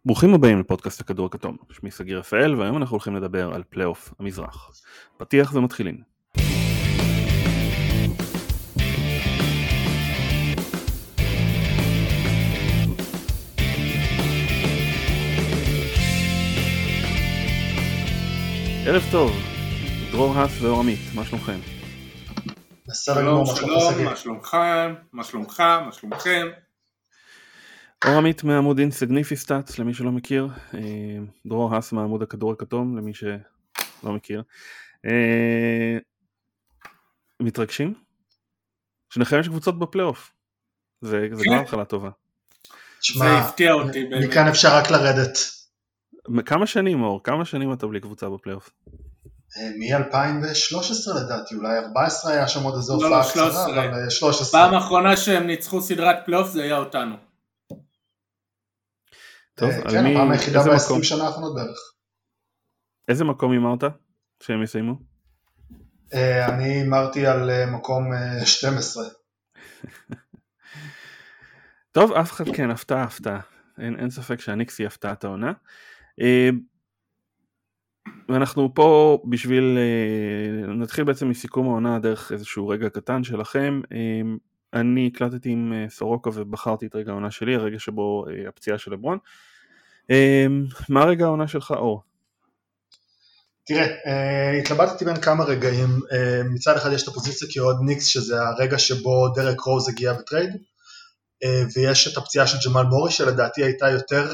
ברוכים הבאים לפודקאסט הכדור הכתום, שמי סגיר רפאל והיום אנחנו הולכים לדבר על פלייאוף המזרח. פתיח ומתחילים. ערב טוב, דרור האס ואור עמית, מה שלומכם? שלום, מה שלומכם? אור עמית מעמוד אינסגניפיסטאטס למי שלא מכיר, דרור האס מעמוד הכדור הכתום למי שלא מכיר. מתרגשים? שניכם יש קבוצות בפלייאוף, זה כבר התחלה טובה. זה הפתיע אותי באמת. מכאן אפשר רק לרדת. כמה שנים אור? כמה שנים אתה בלי קבוצה בפלייאוף? מ-2013 לדעתי, אולי 14 היה שם עוד איזו הופעה קצרה, אבל 13. פעם האחרונה שהם ניצחו סדרת פלייאוף זה היה אותנו. טוב, כן, הפעם היחידה ב-20 שנה האחרונות בערך. איזה מקום אמרת שהם יסיימו? אני אמרתי על מקום 12. טוב, אף אחד כן, הפתעה. אין ספק שהניקס היא הפתעת העונה. ואנחנו פה בשביל, נתחיל בעצם מסיכום העונה דרך איזשהו רגע קטן שלכם. אני הקלטתי עם סורוקה ובחרתי את רגע העונה שלי, הרגע שבו הפציעה של לברון. מה רגע העונה שלך, אור? תראה, התלבטתי בין כמה רגעים. מצד אחד יש את הפוזיציה כאוהד ניקס, שזה הרגע שבו דרק רוז הגיע בטרייד, ויש את הפציעה של ג'מאל מורי, שלדעתי הייתה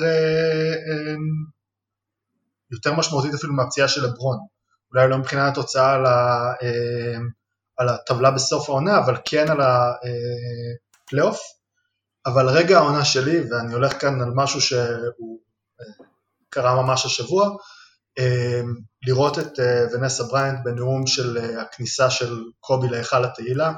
יותר משמעותית אפילו מהפציעה של לברון. אולי לא מבחינת התוצאה על הטבלה בסוף העונה, אבל כן על הפלייאוף. אבל רגע העונה שלי, ואני הולך כאן על משהו שהוא קרה ממש השבוע, לראות את ונסה בריינט בנאום של הכניסה של קובי להיכל התהילה.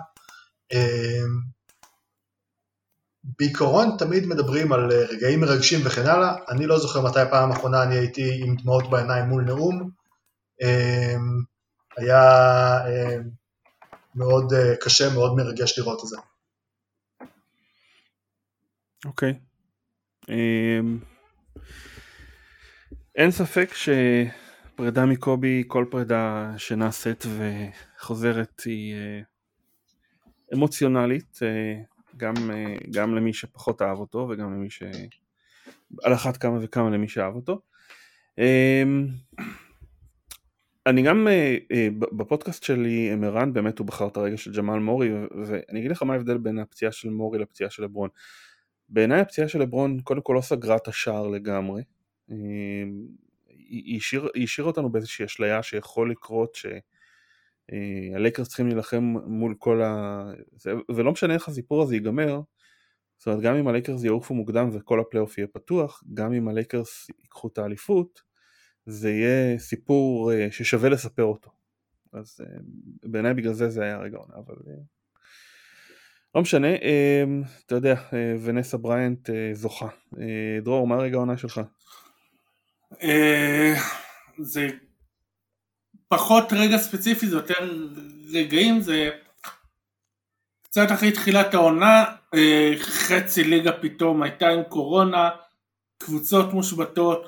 בעיקרון תמיד מדברים על רגעים מרגשים וכן הלאה, אני לא זוכר מתי פעם האחרונה אני הייתי עם דמעות בעיניים מול נאום, היה מאוד קשה, מאוד מרגש לראות את זה. אוקיי. אין ספק שפרידה מקובי, כל פרידה שנעשית וחוזרת היא אמוציונלית, גם למי שפחות אהב אותו וגם למי על אחת כמה וכמה למי שאהב אותו. אני גם בפודקאסט שלי מרן באמת הוא בחר את הרגע של ג'מאל מורי, ואני אגיד לך מה ההבדל בין הפציעה של מורי לפציעה של לברון. בעיניי הפציעה של לברון קודם כל לא סגרה את השער לגמרי, היא השאירה אותנו באיזושהי אשליה שיכול לקרות שהלייקרס צריכים להילחם מול כל ולא משנה איך הסיפור הזה ייגמר. זאת אומרת, גם אם הלייקרס יעופו מוקדם וכל הפלייאוף יהיה פתוח, גם אם הלייקרס ייקחו את האליפות, זה יהיה סיפור ששווה לספר אותו. אז בעיניי בגלל זה היה רגע עונה, אבל לא משנה. אתה יודע, ונסה בריינט זוכה. דרור, מה רגע העונה שלך? זה פחות רגע ספציפי, זה יותר רגעים, זה קצת אחרי תחילת העונה, חצי ליגה פתאום הייתה עם קורונה, קבוצות מושבתות,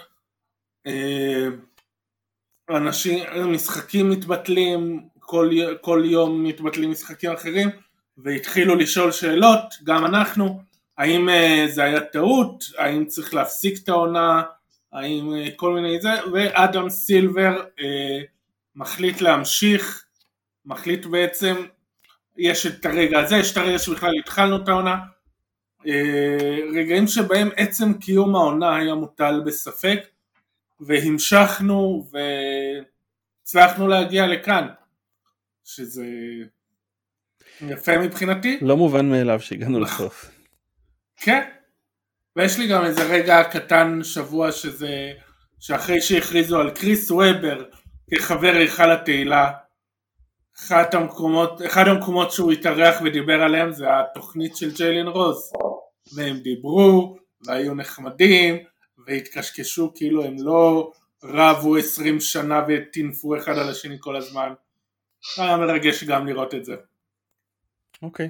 משחקים מתבטלים, כל יום מתבטלים משחקים אחרים, והתחילו לשאול שאלות, גם אנחנו, האם זה היה טעות, האם צריך להפסיק את העונה, האם כל מיני זה, ואדם סילבר מחליט להמשיך, מחליט בעצם, יש את הרגע הזה, יש את הרגע שבכלל התחלנו את העונה, רגעים שבהם עצם קיום העונה היה מוטל בספק, והמשכנו והצלחנו להגיע לכאן, שזה יפה מבחינתי. לא מובן מאליו שהגענו לסוף. כן, ויש לי גם איזה רגע קטן שבוע שאחרי שהכריזו על קריס וובר כחבר היכל התהילה, אחד המקומות שהוא התארח ודיבר עליהם זה התוכנית של ג'יילן רוז, והם דיברו והיו נחמדים והתקשקשו כאילו הם לא רבו 20 שנה ותנפו אחד על השני כל הזמן. היה מרגש גם לראות את זה. אוקיי.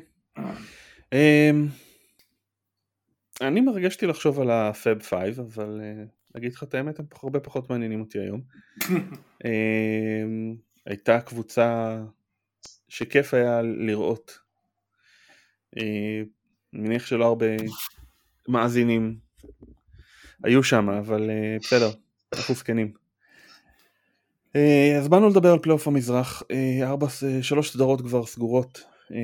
אני מרגשתי לחשוב על הפאב 5, אבל אגיד לך את האמת, הם הרבה פחות מעניינים אותי היום. הייתה קבוצה שכיף היה לראות. מניח שלא הרבה מאזינים היו שם, אבל בסדר, אנחנו סקנים. אז באנו לדבר על פלייאוף המזרח, 3 סדרות כבר סגורות,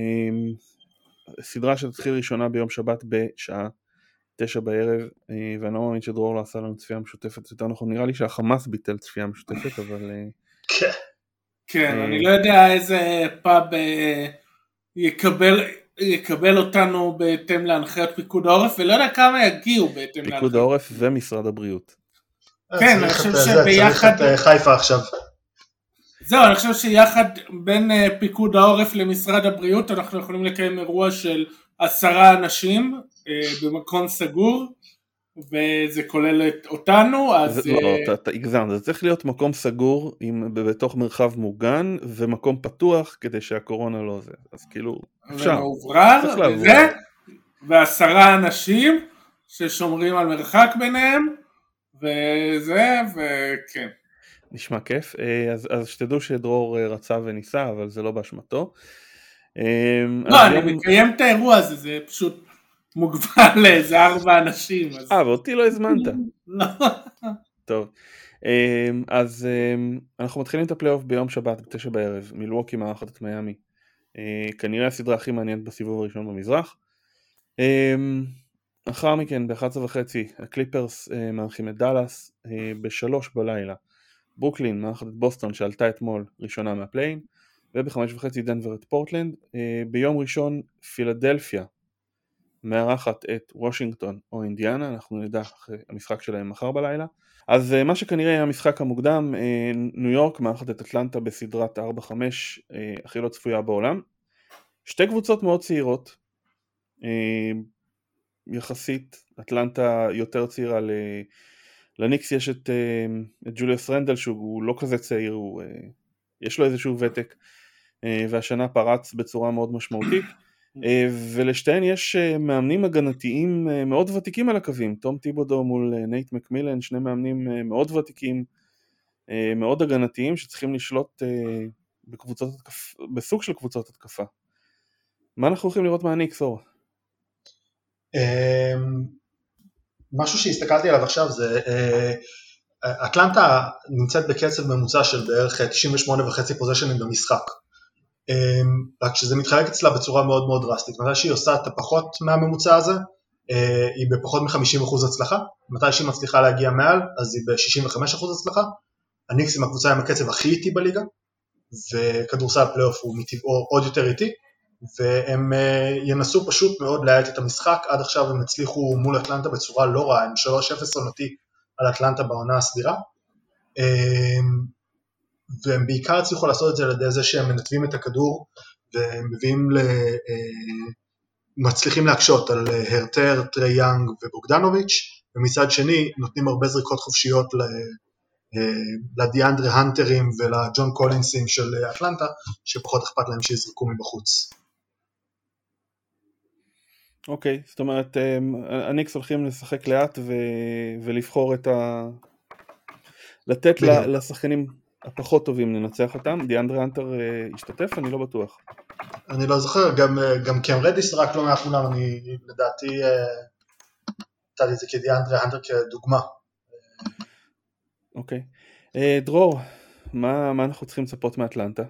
סדרה שתתחיל ראשונה ביום שבת בשעה 9 בערב, ואני לא מאמין שדרור לא עשה לנו צפייה משותפת, יותר נכון, נראה לי שהחמאס ביטל צפייה משותפת, אבל... כן, אני לא יודע איזה פאב יקבל אותנו בהתאם להנחיות פיקוד העורף, ולא יודע כמה יגיעו בהתאם להנחיות. פיקוד העורף ומשרד הבריאות. כן, אני חושב שביחד... צריך את חיפה עכשיו. זהו, אני חושב שיחד בין פיקוד העורף למשרד הבריאות, אנחנו יכולים לקיים אירוע של 10 אנשים במקום סגור, וזה כולל אותנו, אז... לא, אתה הגזמת, זה צריך להיות מקום סגור בתוך מרחב מוגן, ומקום פתוח כדי שהקורונה לא זה, אז כאילו, אפשר. ומעוברר, ו10 אנשים ששומרים על מרחק ביניהם, וזה, וכן. נשמע כיף, אז שתדעו שדרור רצה וניסה, אבל זה לא באשמתו. לא, אני מקיים את האירוע הזה, זה פשוט מוגבל לאיזה 4 אנשים. ואותי לא הזמנת. לא. טוב, אז אנחנו מתחילים את הפלייאוף ביום שבת ב9 בערב, מילווקי מארחת את מיאמי. כנראה הסדרה הכי מעניינת בסיבוב הראשון במזרח. אחר מכן ב11:30 הקליפרס מארחים את דאלאס, ב3 בלילה ברוקלין מארחת את בוסטון שעלתה אתמול ראשונה מהפליין, וב5:30 דנבר את פורטלנד. ביום ראשון פילדלפיה מארחת את וושינגטון או אינדיאנה, אנחנו נדע אחרי המשחק שלהם מחר בלילה. אז מה שכנראה היה המשחק המוקדם, ניו יורק מארחת את אטלנטה בסדרת 4-5 הכי לא צפויה בעולם. 2 קבוצות מאוד צעירות, יחסית אטלנטה יותר צעירה, לניקס יש את ג'וליוס רנדל שהוא לא כזה צעיר, יש לו איזשהו ותק, והשנה פרץ בצורה מאוד משמעותית, ולשתיהן יש מאמנים הגנתיים מאוד ותיקים על הקווים, תום טיבודו מול נייט מקמילן, 2 מאמנים מאוד ותיקים, מאוד הגנתיים שצריכים לשלוט בסוג של קבוצות התקפה. מה אנחנו הולכים לראות מהניקס, אור? משהו שהסתכלתי עליו עכשיו זה, אטלנטה נמצאת בקצב ממוצע של בערך 98.5 פוזיישנים במשחק, רק שזה מתחלק אצלה בצורה מאוד מאוד דרסטית. מתי שהיא עושה את הפחות מהממוצע הזה, היא בפחות מ-50% הצלחה, מתי שהיא מצליחה להגיע מעל, אז היא ב-65% הצלחה. הניקס עם הקבוצה עם הקצב הכי איטי בליגה, וכדורסל פלייאוף הוא מטבעו עוד יותר איטי, והם ינסו פשוט מאוד להאט את המשחק. עד עכשיו הם הצליחו מול אטלנטה בצורה לא רעה, הם 3-0 עונתי על אטלנטה בעונה הסדירה, והם בעיקר הצליחו לעשות את זה על ידי זה שהם מנתבים את הכדור, ומביאים מצליחים להקשות על הרטר, טרי יאנג ובוגדנוביץ', ומצד שני נותנים הרבה זריקות חופשיות לדיאנדרה הנטרים ולג'ון קולינסים של אטלנטה, שפחות אכפת להם שיזרקו מבחוץ. אוקיי, זאת אומרת, הניקס הולכים לשחק לאט ולבחור לתת לשחקנים הפחות טובים לנצח אותם. דיאנדרה הנטר השתתף? אני לא בטוח. אני לא זוכר, גם קם רדיס רק לא מהכולם, אני לדעתי נתתי את זה כדיאנדרה הנטר כדוגמה. אוקיי. דרור, מה אנחנו צריכים לצפות מאטלנטה?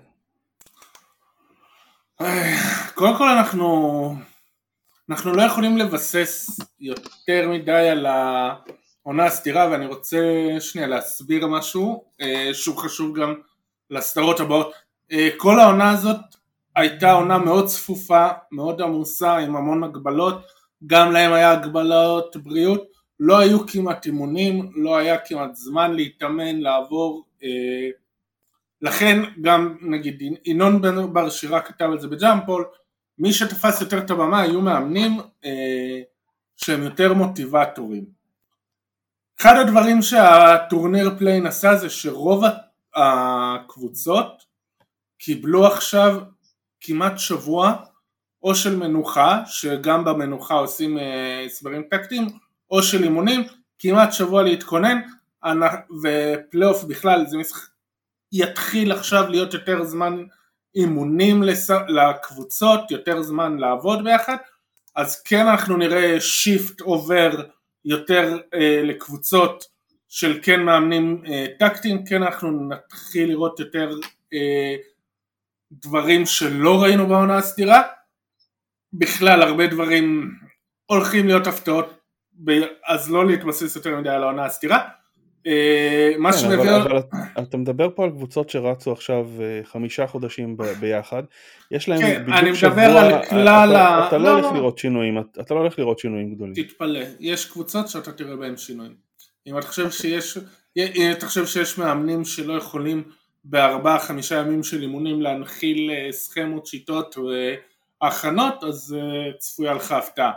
קודם כל אנחנו לא יכולים לבסס יותר מדי על העונה הסדירה, ואני רוצה שנייה להסביר משהו שהוא חשוב גם לסדרות הבאות. כל העונה הזאת הייתה עונה מאוד צפופה, מאוד עמוסה, עם המון הגבלות, גם להם היה הגבלות בריאות, לא היו כמעט אימונים, לא היה כמעט זמן להתאמן, לעבור, לכן גם נגיד ינון בר שירה כתב על זה בג'אמפול, מי שתפס יותר את הבמה היו מאמנים שהם יותר מוטיבטורים. אחד הדברים שהטורניר פליין עשה זה שרוב הקבוצות קיבלו עכשיו כמעט שבוע או של מנוחה, שגם במנוחה עושים סברים טקטיים, או של אימונים, כמעט שבוע להתכונן, ופלייאוף בכלל זה יתחיל עכשיו להיות יותר זמן אימונים לקבוצות, יותר זמן לעבוד ביחד, אז כן אנחנו נראה שיפט עובר יותר לקבוצות של כן מאמנים טקטיים, כן אנחנו נתחיל לראות יותר דברים שלא ראינו בעונה הסדירה, בכלל הרבה דברים הולכים להיות הפתעות, אז לא להתבסס יותר מדי על העונה הסדירה. אבל אתה מדבר פה על קבוצות שרצו עכשיו 5 חודשים ביחד, יש להם בדיוק שבוע, אתה לא הולך לראות שינויים, אתה לא הולך לראות שינויים גדולים. תתפלא, יש קבוצות שאתה תראה בהם שינויים. אם אתה חושב שיש מאמנים שלא יכולים ב4-5 ימים של אימונים להנחיל סכמות, שיטות והכנות, אז צפויה לך הפתעה.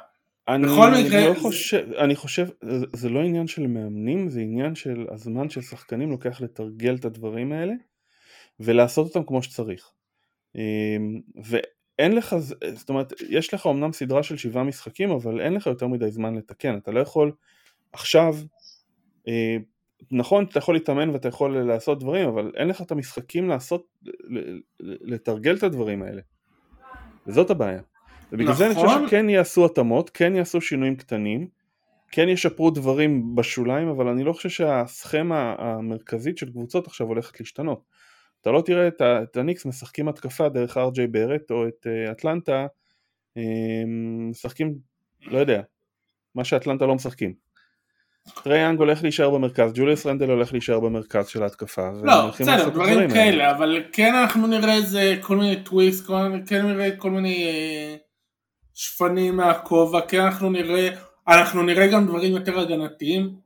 אני חושב, זה לא עניין של מאמנים, זה עניין של הזמן של שחקנים לוקח לתרגל את הדברים האלה, ולעשות אותם כמו שצריך. ואין לך, זאת אומרת, יש לך אמנם סדרה של 7 משחקים, אבל אין לך יותר מדי זמן לתקן, אתה לא יכול עכשיו, נכון, אתה יכול להתאמן ואתה יכול לעשות דברים, אבל אין לך את המשחקים לתרגל את הדברים האלה. וזאת הבעיה. ובגלל זה אני חושב שכן יעשו התאמות, כן יעשו שינויים קטנים, כן ישפרו דברים בשוליים, אבל אני לא חושב שהסכמה המרכזית של קבוצות עכשיו הולכת להשתנות. אתה לא תראה את הניקס משחקים התקפה דרך אר.ג'יי ברט, או את אטלנטה משחקים, לא יודע, מה שאטלנטה לא משחקים. טריי יאנג הולך להישאר במרכז, ג'וליוס רנדל הולך להישאר במרכז של ההתקפה. לא, בסדר, דברים כאלה, אבל כן אנחנו נראה איזה כל מיני טוויסט, כן נראה כל מיני שפנים מהכובע, כן אנחנו נראה גם דברים יותר הגנתיים.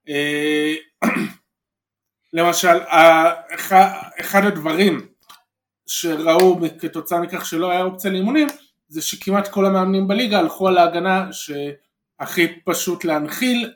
למשל, אחד הדברים שראו כתוצאה מכך שלא היה אופציה לאימונים, זה שכמעט כל המאמנים בליגה הלכו על ההגנה שהכי פשוט להנחיל,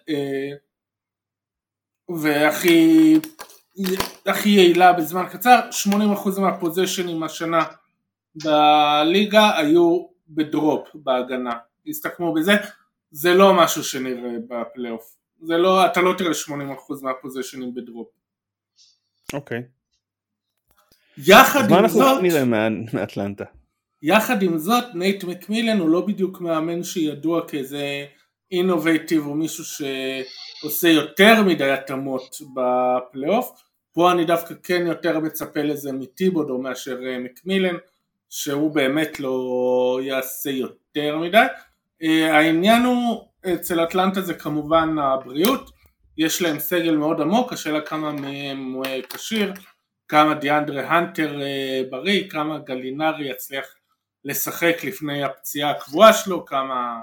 והכי יעילה בזמן קצר. 80% מהפוזישנים השנה בליגה היו בדרופ בהגנה, הסתכמו בזה, זה לא משהו שנראה בפלייאוף, אתה לא תראה 80% מהפוזישנים בדרופ. אוקיי. יחד עם זאת, מה אנחנו נראה מאטלנטה? יחד עם זאת, נייט מקמילן הוא לא בדיוק מאמן שידוע כאיזה אינובייטיב או מישהו שעושה יותר מדי התאמות בפלייאוף. פה אני דווקא כן יותר מצפה לזה מטיבודו מאשר מקמילן, שהוא באמת לא יעשה יותר מדי. העניין הוא, אצל אטלנטה זה כמובן הבריאות, יש להם סגל מאוד עמוק, השאלה כמה מהם קשיר, כמה דיאנדרה הנטר בריא, כמה גלינרי יצליח לשחק לפני הפציעה הקבועה שלו, כמה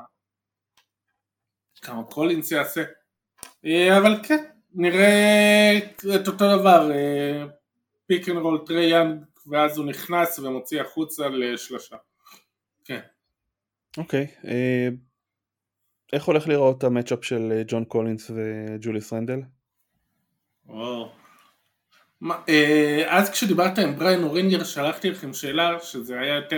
קולינס יעשה, אבל כן, נראה את אותו דבר, פיק אנד רול טריי יאנג, ואז הוא נכנס ומוציא החוצה לשלושה. כן. אוקיי, איך הולך לראות המאצ'אפ של ג'ון קולינס וג'וליוס רנדל? אז כשדיברת עם בריין אורינגר שלחתי לכם שאלה שזה היה יותר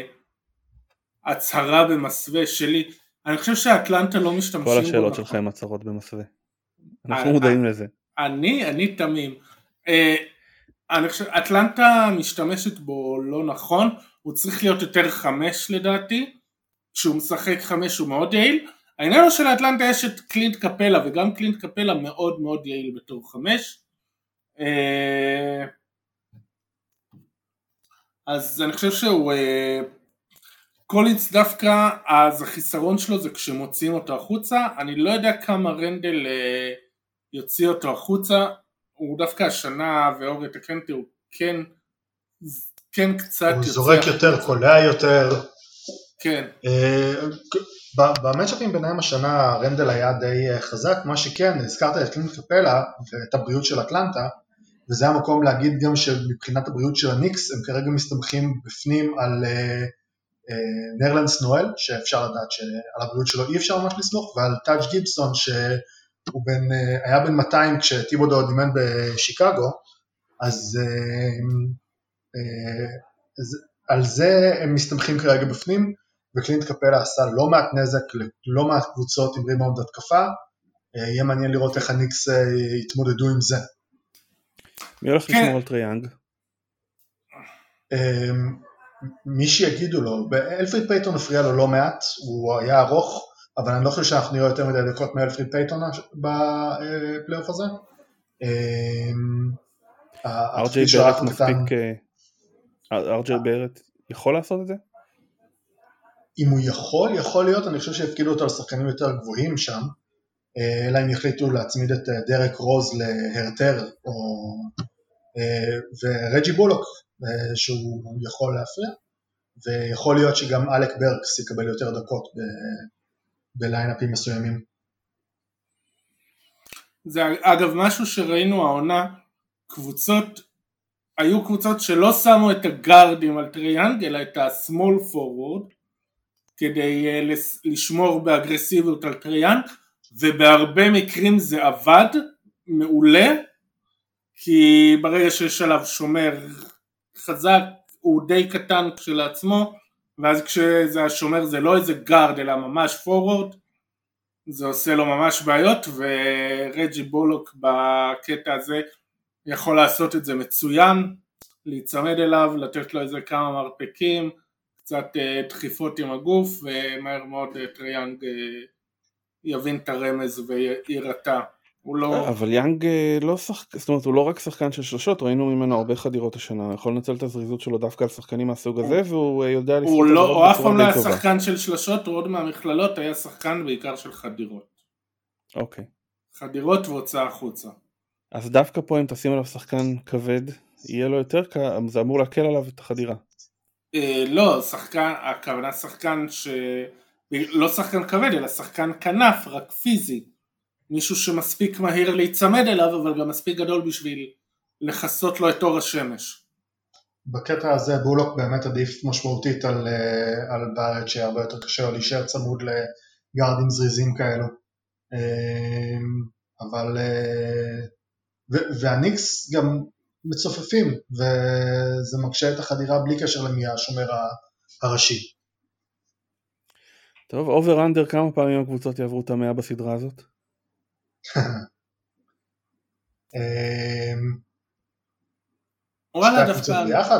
הצהרה במסווה שלי. אני חושב שהאטלנטה לא משתמשים בו. כל השאלות שלך הם הצהרות במסווה, אנחנו מודעים לזה. אני תמים. אני חושב אטלנטה משתמשת בו לא נכון, הוא צריך להיות יותר 5 לדעתי, כשהוא משחק 5 הוא מאוד יעיל. העניין הוא של אטלנטה יש את קלינט קפלה, וגם קלינט קפלה מאוד מאוד יעיל בתור 5, אז אני חושב שהוא קולינס דווקא, אז החיסרון שלו זה כשמוציאים אותו החוצה. אני לא יודע כמה רנדל יוציא אותו החוצה, הוא דווקא השנה, ואור יתקן אותי, הוא כן קצת הוא זורק יותר, קולע יותר. כן. במצ'אפים ביניהם השנה רנדל היה די חזק, מה שכן, הזכרת את קלינט קפלה ואת הבריאות של אטלנטה, וזה המקום להגיד גם שמבחינת הבריאות של הניקס, הם כרגע מסתמכים בפנים על נרלנס נואל, שאפשר לדעת שעל הבריאות שלו אי אפשר ממש לסמוך, ועל טאג' גיבסון שהוא היה בן 200 כשטיבודו דימן בשיקגו, אז על זה הם מסתמכים כרגע בפנים, וקלינט קפלה עשה לא מעט נזק, לא מעט קבוצות עם ריבאונד התקפה, יהיה מעניין לראות איך הניקס יתמודדו עם זה. מי הולך לשמור על טרייאנג? מי שיגידו לו, אלפריד פייטון הפריע לו לא מעט, הוא היה ארוך, אבל אני לא חושב שאנחנו נראה יותר מדי דקות מאלפריד פייטון בפלייאוף הזה. ארג'יי ברט יכול לעשות את זה? אם הוא יכול להיות, אני חושב שיפקידו אותו על שחקנים יותר גבוהים שם, אלא אם יחליטו להצמיד את דרק רוז להרטר, ורג'י בולוק, שהוא יכול להפריע, ויכול להיות שגם אלק ברקס יקבל יותר דקות בליינאפים מסוימים. זה אגב משהו שראינו העונה, היו קבוצות שלא שמו את הגארדים על טרייאנג, אלא את הסמול פורוורד, כדי לשמור באגרסיביות על טרייאנג, ובהרבה מקרים זה עבד מעולה, כי ברגע שיש עליו שומר חזק, הוא די קטן כשלעצמו, ואז כשזה השומר זה לא איזה גארד, אלא ממש פורוורד, זה עושה לו ממש בעיות, ורג'י בולוק בקטע הזה יכול לעשות את זה מצוין, להצמד אליו, לתת לו איזה כמה מרפקים, קצת דחיפות עם הגוף, ומהר מאוד טרייאנג יבין את הרמז וירתע. אבל יאנג לא שחקן, זאת אומרת הוא לא רק שחקן של שלושות, ראינו ממנו הרבה חדירות השנה, הוא יכול לנצל את הזריזות שלו דווקא על שחקנים מהסוג הזה, והוא יודע לפחות את זה בצורה די טובה. הוא אף פעם לא היה שחקן של שלושות, הוא עוד מהמכללות היה שחקן בעיקר של חדירות. אוקיי. חדירות והוצאה החוצה. אז דווקא פה אם תשים עליו שחקן כבד, יהיה לו יותר, זה אמור להקל עליו את החדירה. לא, הכוונה שחקן לא שחקן כבד, אלא שחקן כנף, רק פיזי. מישהו שמספיק מהיר להיצמד אליו, אבל גם מספיק גדול בשביל לחסות לו את אור השמש. בקטע הזה בולוק באמת עדיף משמעותית על בארט, שהרבה יותר קשה להישאר צמוד לגארדים זריזים כאלו. אבל והניקס גם מצופפים, וזה מקשה את החדירה בלי קשר למי השומר הראשי. טוב, אובר אנדר, כמה פעמים הקבוצות יעברו את 100 בסדרה הזאת? וואלה דווקא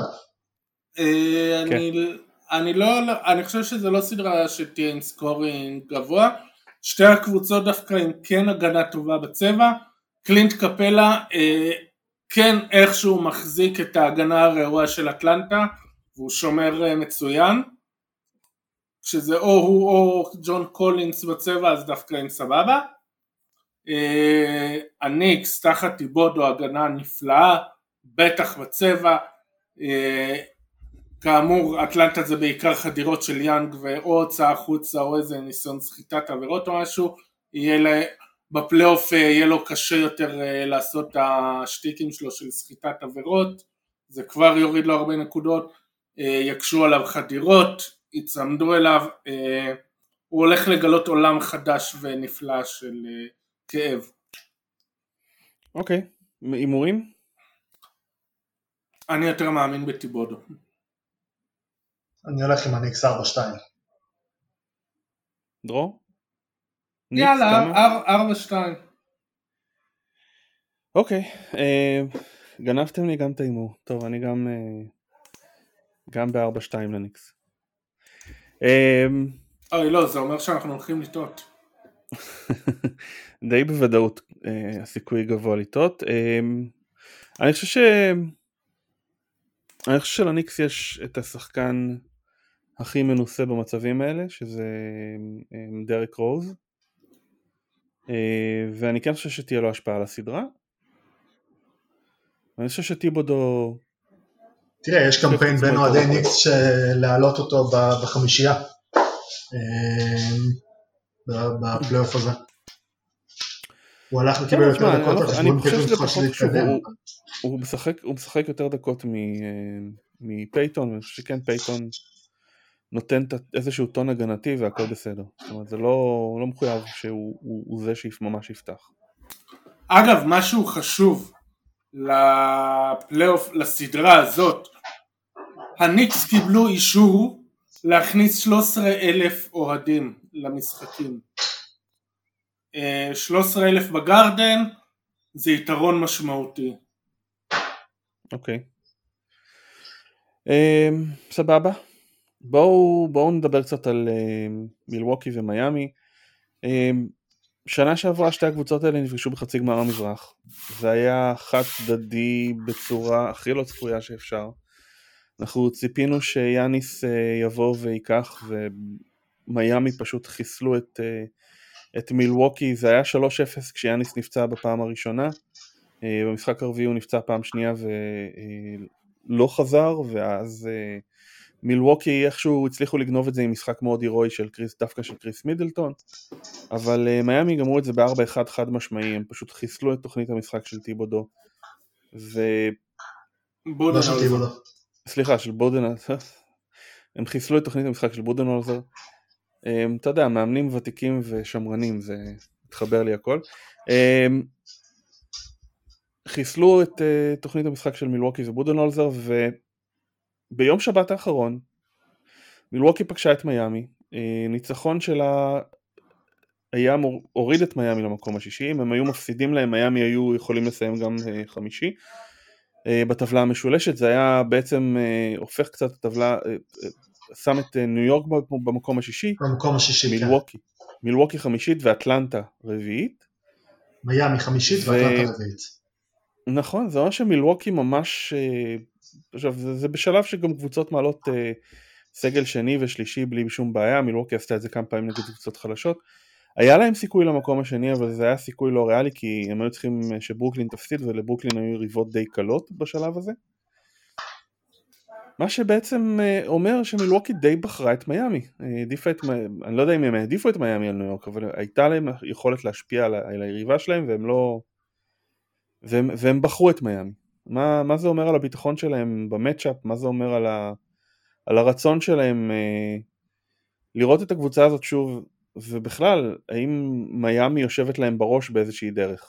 אני חושב שזה לא סדרה שתהיה עם סקורינג גבוה, שתי הקבוצות דווקא עם כן הגנה טובה בצבע, קלינט קפלה כן איכשהו מחזיק את ההגנה הרעועה של אטלנטה, והוא שומר מצוין, שזה או הוא או ג'ון קולינס בצבע, אז דווקא עם סבבה. הניקס תחת טיבודו הגנה נפלאה, בטח בצבע, כאמור אטלנטה זה בעיקר חדירות של יאנג ואו הוצאה החוצה או איזה ניסיון סחיטת עבירות או משהו, בפלייאוף יהיה לו קשה יותר לעשות את השטיקים שלו של סחיטת עבירות, זה כבר יוריד לו הרבה נקודות, יקשו עליו חדירות, יצמדו אליו, הוא הולך לגלות עולם חדש ונפלא של כאב. אוקיי, הימורים? אני יותר מאמין בטיבודו. אני הולך עם הניקס 4-2. דרו? יאללה, 4-2. אוקיי, גנבתם לי גם את האימור. טוב, אני גם ב-4-2 לניקס. אוי לא, זה אומר שאנחנו הולכים לטעות. די בוודאות הסיכוי גבוה לטעות. אני חושב שלניקס יש את השחקן הכי מנוסה במצבים האלה, שזה דרק רוז, ואני כן חושב שתהיה לו השפעה על הסדרה. אני חושב שטיבודו... תראה, יש קמפיין בין אוהדי ניקס להעלות אותו בחמישייה בפלייאוף הזה. הוא הלך וקיבל יותר דקות על חשבון פשוט להתקדם. הוא משחק יותר דקות מפייטון, ואני חושב שכן פייטון נותן איזשהו טון הגנתי והכל בסדר. זאת אומרת, זה לא מחויב שהוא זה שממש יפתח. אגב, משהו חשוב לפלייאוף, לסדרה הזאת, הניקס קיבלו אישור להכניס 13,000 אוהדים למשחקים. 13,000 בגרדן, זה יתרון משמעותי. אוקיי. סבבה. בואו נדבר קצת על מילווקי ומיימי. שנה שעברה שתי הקבוצות האלה נפגשו בחצי גמר המזרח. זה היה חד צדדי בצורה הכי לא צפויה שאפשר. אנחנו ציפינו שיאניס יבוא ויקח, ומיימי פשוט חיסלו את מילווקי. זה היה 3-0 כשיאניס נפצע בפעם הראשונה. במשחק הרביעי הוא נפצע פעם שנייה ולא חזר, ואז מילווקי איכשהו הצליחו לגנוב את זה עם משחק מאוד הירואי דווקא של קריס מידלטון, אבל מיימי גמרו את זה ב-4-1 חד משמעי. הם פשוט חיסלו את תוכנית המשחק של טיבודו של בודנהאוזר. הם חיסלו את תוכנית המשחק של בודנהאוזר. אתה יודע, מאמנים ותיקים ושמרנים, זה מתחבר לי הכל. חיסלו את תוכנית המשחק של מילווקי ובודנהאוזר, וביום שבת האחרון מילווקי פגשה את מיימי. ניצחון שלה היה הוריד את מיימי למקום השישי. אם הם היו מפסידים להם, מיימי היו יכולים לסיים גם חמישי בטבלה המשולשת. זה היה בעצם הופך קצת את הטבלה, שם את ניו יורק במקום השישי, מילווקי חמישית ואטלנטה רביעית, מיימי חמישית ואטלנטה רביעית. נכון, זה אומר שמילווקי ממש, עכשיו זה בשלב שגם קבוצות מעלות סגל שני ושלישי בלי שום בעיה. מילווקי עשתה את זה כמה פעמים נגד קבוצות חלשות. היה להם סיכוי למקום השני, אבל זה היה סיכוי לא ריאלי, כי הם היו צריכים שברוקלין תפסיד, ולברוקלין היו יריבות די קלות בשלב הזה. מה שבעצם אומר שמילווקי די בחרה את מיימי. אני לא יודע אם הם העדיפו את מיימי על ניו יורק, אבל הייתה להם יכולת להשפיע על היריבה שלהם, והם בחרו את מיימי. מה זה אומר על הביטחון שלהם במאצ'אפ? מה זה אומר על הרצון שלהם לראות את הקבוצה הזאת שוב, ובכלל, האם מיימי יושבת להם בראש באיזושהי דרך?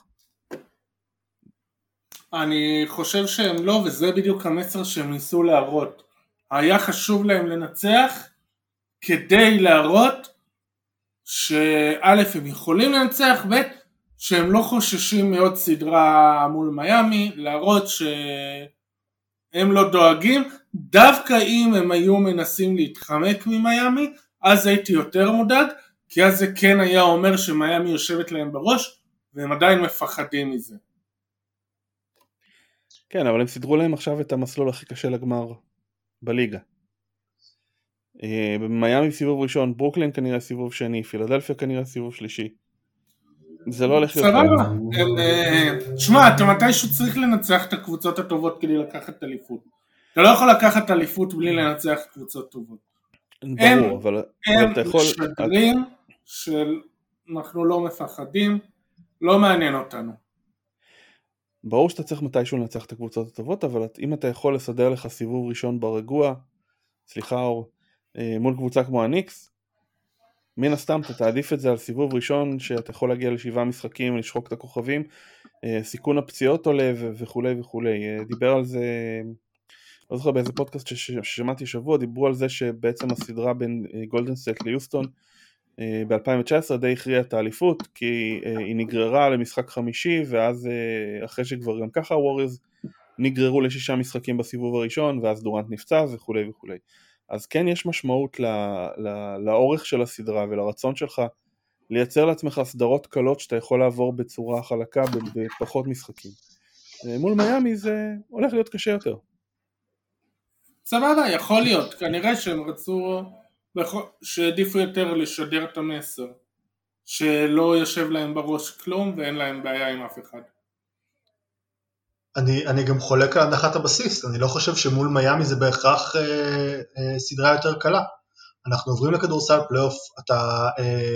אני חושב שהם לא, וזה בדיוק המסר שהם ניסו להראות. היה חשוב להם לנצח כדי להראות שא' הם יכולים לנצח, ב' שהם לא חוששים מאוד סדרה מול מיימי, להראות שהם לא דואגים. דווקא אם הם היו מנסים להתחמק ממיימי, אז הייתי יותר מודאג, כי אז זה כן היה אומר שמיימי יושבת להם בראש, והם עדיין מפחדים מזה. כן, אבל הם סידרו להם עכשיו את המסלול הכי קשה לגמר בליגה. במיימי סיבוב ראשון, ברוקלין כנראה סיבוב שני, פילדלפיה כנראה סיבוב שלישי. זה לא הולך להיות... סבבה. שמע, אתה מתישהו צריך לנצח את הקבוצות הטובות כדי לקחת אליפות. אתה לא יכול לקחת אליפות בלי לנצח קבוצות טובות. ברור, אבל אתה יכול... הם משדרים שאנחנו לא מפחדים, לא מעניין אותנו. ברור שאתה צריך מתישהו לנצח את הקבוצות הטובות, אבל אם אתה יכול לסדר לך סיבוב ראשון ברגוע, סליחה אור, מול קבוצה כמו הניקס, מן הסתם אתה תעדיף את זה על סיבוב ראשון, שאתה יכול להגיע ל7 משחקים, לשחוק את הכוכבים, סיכון הפציעות עולה וכו' וכו'. דיבר על זה, לא זוכר באיזה פודקאסט ששמעתי שבוע, דיברו על זה שבעצם הסדרה בין גולדן סטייט ליוסטון, ב-2019 די הכריעה את האליפות, כי היא נגררה למשחק חמישי, ואז אחרי שכבר גם ככה הווריורס נגררו ל6 משחקים בסיבוב הראשון, ואז דורנט נפצע וכו' וכו'. אז כן יש משמעות לאורך של הסדרה ולרצון שלך לייצר לעצמך סדרות קלות שאתה יכול לעבור בצורה חלקה בפחות משחקים. מול מיימי זה הולך להיות קשה יותר. סבבה, יכול להיות. כנראה שהם רצו שעדיפו יותר לשדר את המסר, שלא יושב להם בראש כלום ואין להם בעיה עם אף אחד. אני גם חולק על הנחת הבסיס. אני לא חושב שמול מיימי זה בהכרח סדרה יותר קלה. אנחנו עוברים לכדורסל פלייאוף, אתה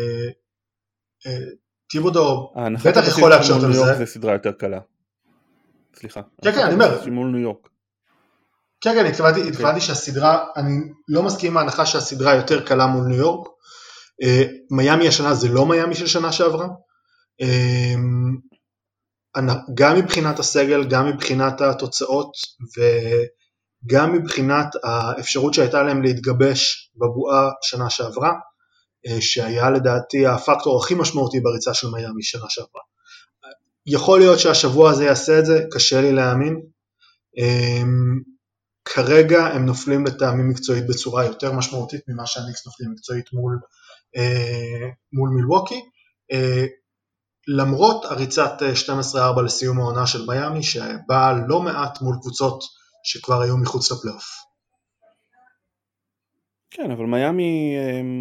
טיבודו בטח יכול להקשות על זה. זה סדרה יותר קלה. סליחה. כן, אני אומר. מול ניו יורק. כן, התכוונתי שהסדרה, אני לא מסכים עם ההנחה שהסדרה יותר קלה מול ניו יורק. מיימי השנה זה לא מיימי של שנה שעברה. גם מבחינת הסגל, גם מבחינת התוצאות, וגם מבחינת האפשרות שהייתה להם להתגבש בבועה שנה שעברה. שהיה לדעתי הפקטור הכי משמעותי בריצה של מיאמי שנה שעברה. יכול להיות שהשבוע הזה יעשה את זה, קשה לי להאמין. כרגע הם נופלים לטעמים מקצועית בצורה יותר משמעותית ממה שהניקס נופלים מקצועית מול מילווקי, למרות הריצת 12-4 לסיום העונה של מיאמי, שבאה לא מעט מול קבוצות שכבר היו מחוץ לפלייאוף. כן, אבל מיאמי,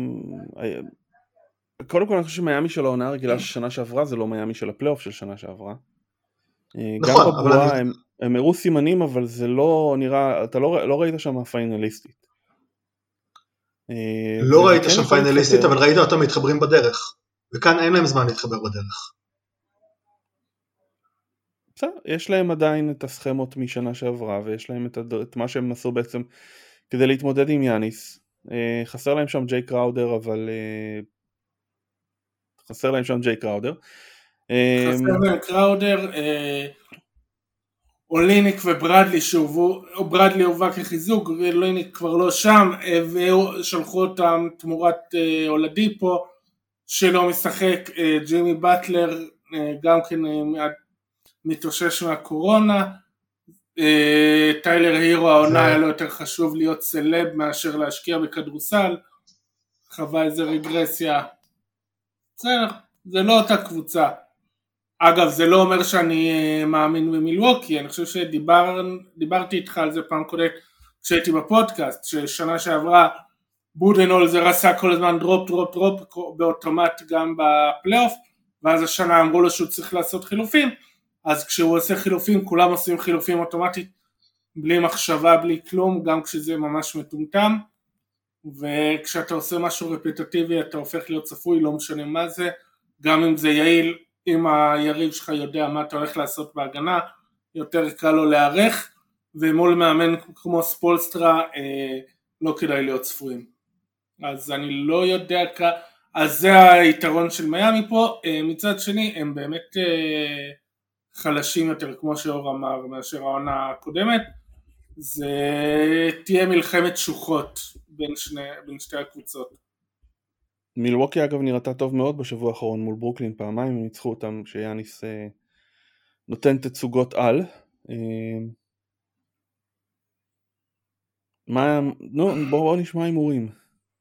קודם כל אני חושב שמיאמי של העונה הרגילה של שנה שעברה, זה לא מיאמי של הפלייאוף של שנה שעברה. נכון, גם בבועה הם הראו סימנים, אבל זה לא נראה, אתה לא ראית שם פיינליסטית. לא ראית שם פיינליסטית, אבל ראית אותם מתחברים בדרך, וכאן אין להם זמן להתחבר בדרך. בסדר, יש להם עדיין את הסכמות משנה שעברה, ויש להם את מה שהם עשו בעצם כדי להתמודד עם יאניס. חסר להם שם ג'יי קראודר, אבל חסר להם שם ג'יי קראודר. חסר להם קראודר, אוליניק וברדלי שהובאו, או ברדלי הובא כחיזוק, אוליניק כבר לא שם, ושלחו אותם תמורת אולדיפו, שלא משחק, ג'ימי באטלר, גם כן מתאושש מהקורונה, טיילר הירו העונה היה לו יותר חשוב להיות סלב מאשר להשקיע בכדורסל, חווה איזה רגרסיה, זה לא אותה קבוצה. אגב, זה לא אומר שאני מאמין במילווקי, אני חושב שדיברתי איתך על זה פעם קודם כשהייתי בפודקאסט, ששנה שעברה בודנהולזר עשה כל הזמן דרופ באוטומט גם בפלייאוף, ואז השנה אמרו לו שהוא צריך לעשות חילופים, אז כשהוא עושה חילופים, כולם עושים חילופים אוטומטית, בלי מחשבה, בלי כלום, גם כשזה ממש מטומטם, וכשאתה עושה משהו רפטטיבי, אתה הופך להיות צפוי, לא משנה מה זה, גם אם זה יעיל, אם היריב שלך יודע מה אתה הולך לעשות בהגנה, יותר קל לו להערך, ומול מאמן כמו ספולסטרה, לא כדאי להיות צפויים. אז אני לא יודע, אז זה היתרון של מיאמי פה, מצד שני הם באמת חלשים יותר, כמו שאור אמר, מאשר העונה הקודמת, זה תהיה מלחמת שוחות בין שתי הקבוצות. מילווקי אגב נראתה טוב מאוד בשבוע האחרון מול ברוקלין, פעמיים הם ניצחו אותם שיאניס נותן תצוגות על. בואו נשמע הימורים.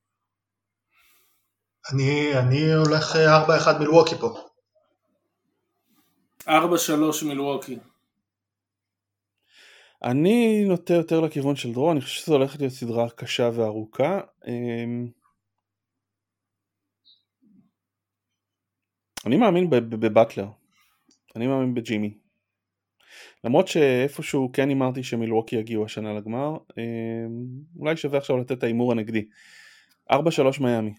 אני הולך 4-1 מילווקי פה. 4-3 מילווקי. אני נוטה יותר לכיוון של דרור, אני חושב שזו הולכת להיות סדרה קשה וארוכה. אני מאמין בבטלר, אני מאמין בג'ימי. למרות שאיפשהו כן אמרתי שמילווקי יגיעו השנה לגמר, אולי שווה עכשיו לתת את האימור הנגדי. 4-3 מיאמי.